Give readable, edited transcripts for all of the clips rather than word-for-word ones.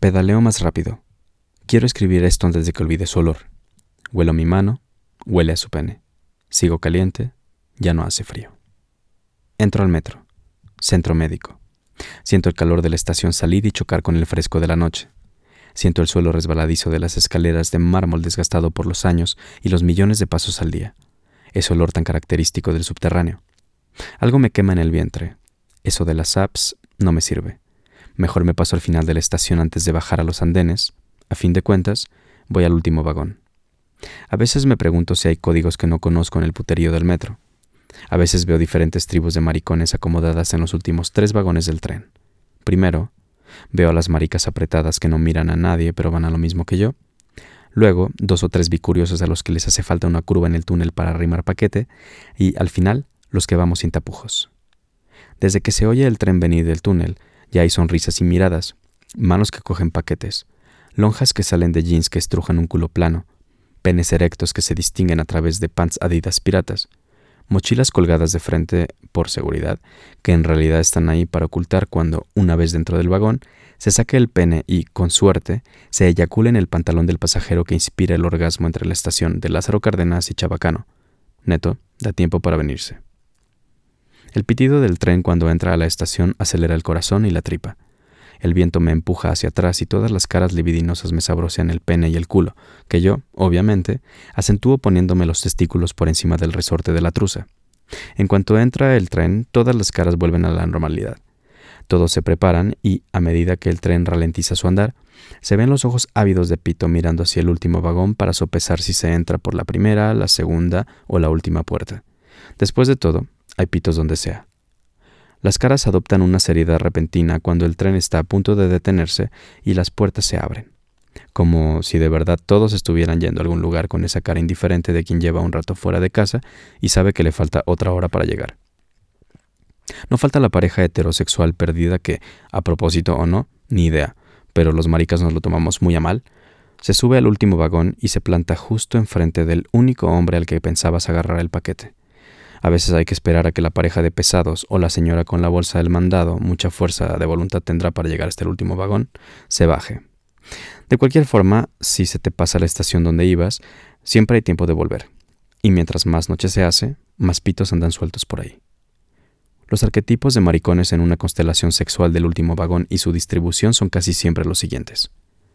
Pedaleo más rápido. Quiero escribir esto antes de que olvide su olor. Huelo mi mano, huele a su pene. Sigo caliente, ya no hace frío. Entro al metro. Centro médico. Siento el calor de la estación salir y chocar con el fresco de la noche. Siento el suelo resbaladizo de las escaleras de mármol desgastado por los años y los millones de pasos al día. Ese olor tan característico del subterráneo. Algo me quema en el vientre. Eso de las apps no me sirve. Mejor me paso al final de la estación antes de bajar a los andenes. A fin de cuentas, voy al último vagón. A veces me pregunto si hay códigos que no conozco en el puterío del metro. A veces veo diferentes tribus de maricones acomodadas en los últimos 3 vagones del tren. Primero, veo a las maricas apretadas que no miran a nadie pero van a lo mismo que yo. Luego, 2 o 3 bicuriosos a los que les hace falta una curva en el túnel para arrimar paquete. Y, al final, los que vamos sin tapujos. Desde que se oye el tren venir del túnel, ya hay sonrisas y miradas, manos que cogen paquetes, lonjas que salen de jeans que estrujan un culo plano, penes erectos que se distinguen a través de pants Adidas piratas, mochilas colgadas de frente por seguridad, que en realidad están ahí para ocultar cuando, una vez dentro del vagón, se saque el pene y, con suerte, se eyacule en el pantalón del pasajero que inspira el orgasmo entre la estación de Lázaro Cárdenas y Chabacano. Neto, da tiempo para venirse. El pitido del tren cuando entra a la estación acelera el corazón y la tripa. El viento me empuja hacia atrás y todas las caras libidinosas me sabrosean el pene y el culo, que yo, obviamente, acentúo poniéndome los testículos por encima del resorte de la truza. En cuanto entra el tren, todas las caras vuelven a la normalidad. Todos se preparan y, a medida que el tren ralentiza su andar, se ven los ojos ávidos de pito mirando hacia el último vagón para sopesar si se entra por la primera, la segunda o la última puerta. Después de todo, hay pitos donde sea. Las caras adoptan una seriedad repentina cuando el tren está a punto de detenerse y las puertas se abren, como si de verdad todos estuvieran yendo a algún lugar con esa cara indiferente de quien lleva un rato fuera de casa y sabe que le falta otra hora para llegar. No falta la pareja heterosexual perdida que, a propósito o no, ni idea, pero los maricas nos lo tomamos muy a mal, se sube al último vagón y se planta justo enfrente del único hombre al que pensabas agarrar el paquete. A veces hay que esperar a que la pareja de pesados o la señora con la bolsa del mandado, mucha fuerza de voluntad tendrá para llegar hasta el último vagón, se baje. De cualquier forma, si se te pasa la estación donde ibas, siempre hay tiempo de volver. Y mientras más noche se hace, más pitos andan sueltos por ahí. Los arquetipos de maricones en una constelación sexual del último vagón y su distribución son casi siempre los siguientes.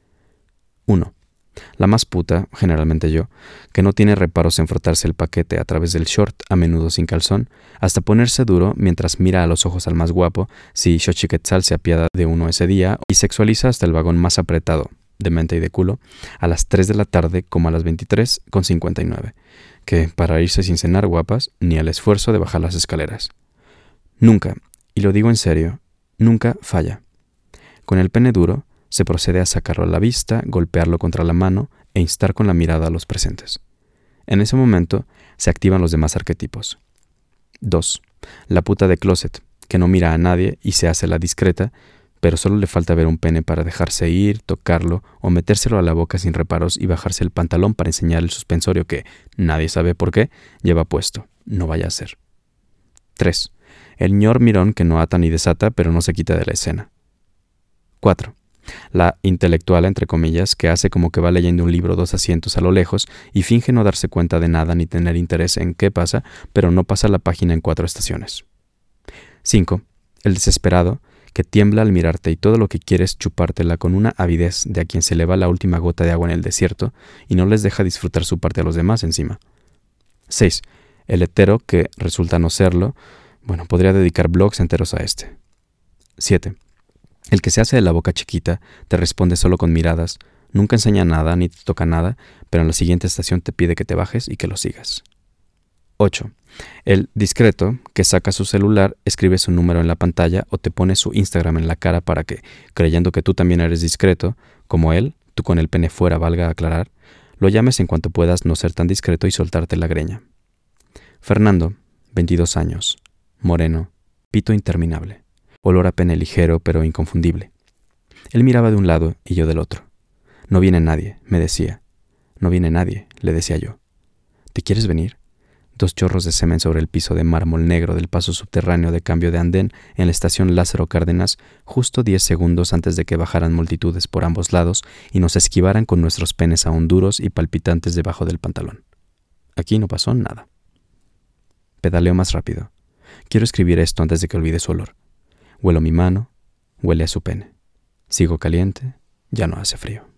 1. La más puta, generalmente yo, que no tiene reparos en frotarse el paquete a través del short, a menudo sin calzón, hasta ponerse duro mientras mira a los ojos al más guapo si Xochiquetzal se apiada de uno ese día y sexualiza hasta el vagón más apretado, de mente y de culo, a las 3 de la tarde como a las 23:59, que para irse sin cenar guapas ni al esfuerzo de bajar las escaleras. Nunca, y lo digo en serio, nunca falla. Con el pene duro, se procede a sacarlo a la vista, golpearlo contra la mano e instar con la mirada a los presentes. En ese momento se activan los demás arquetipos. 2. La puta de closet, que no mira a nadie y se hace la discreta, pero solo le falta ver un pene para dejarse ir, tocarlo o metérselo a la boca sin reparos y bajarse el pantalón para enseñar el suspensorio que, nadie sabe por qué, lleva puesto. No vaya a ser. 3. El ñor mirón que no ata ni desata, pero no se quita de la escena. 4. La intelectual, entre comillas, que hace como que va leyendo un libro 2 asientos a lo lejos y finge no darse cuenta de nada ni tener interés en qué pasa, pero no pasa la página en 4 estaciones. 5. El desesperado, que tiembla al mirarte y todo lo que quiere es chupártela con una avidez de a quien se le va la última gota de agua en el desierto y no les deja disfrutar su parte a los demás encima. 6. El hetero, que resulta no serlo, podría dedicar blogs enteros a este. 7. El que se hace de la boca chiquita, te responde solo con miradas, nunca enseña nada ni te toca nada, pero en la siguiente estación te pide que te bajes y que lo sigas. 8. El discreto, que saca su celular, escribe su número en la pantalla o te pone su Instagram en la cara para que, creyendo que tú también eres discreto, como él, tú con el pene fuera valga aclarar, lo llames en cuanto puedas no ser tan discreto y soltarte la greña. Fernando, 22 años, moreno, pito interminable. Olor a pene ligero pero inconfundible. Él miraba de un lado y yo del otro. No viene nadie, me decía. No viene nadie, le decía yo. ¿Te quieres venir? 2 chorros de semen sobre el piso de mármol negro del paso subterráneo de cambio de andén en la estación Lázaro Cárdenas, justo 10 segundos antes de que bajaran multitudes por ambos lados y nos esquivaran con nuestros penes aún duros y palpitantes debajo del pantalón. Aquí no pasó nada. Pedaleo más rápido. Quiero escribir esto antes de que olvide su olor. Huelo mi mano, huele a su pene. Sigo caliente, ya no hace frío.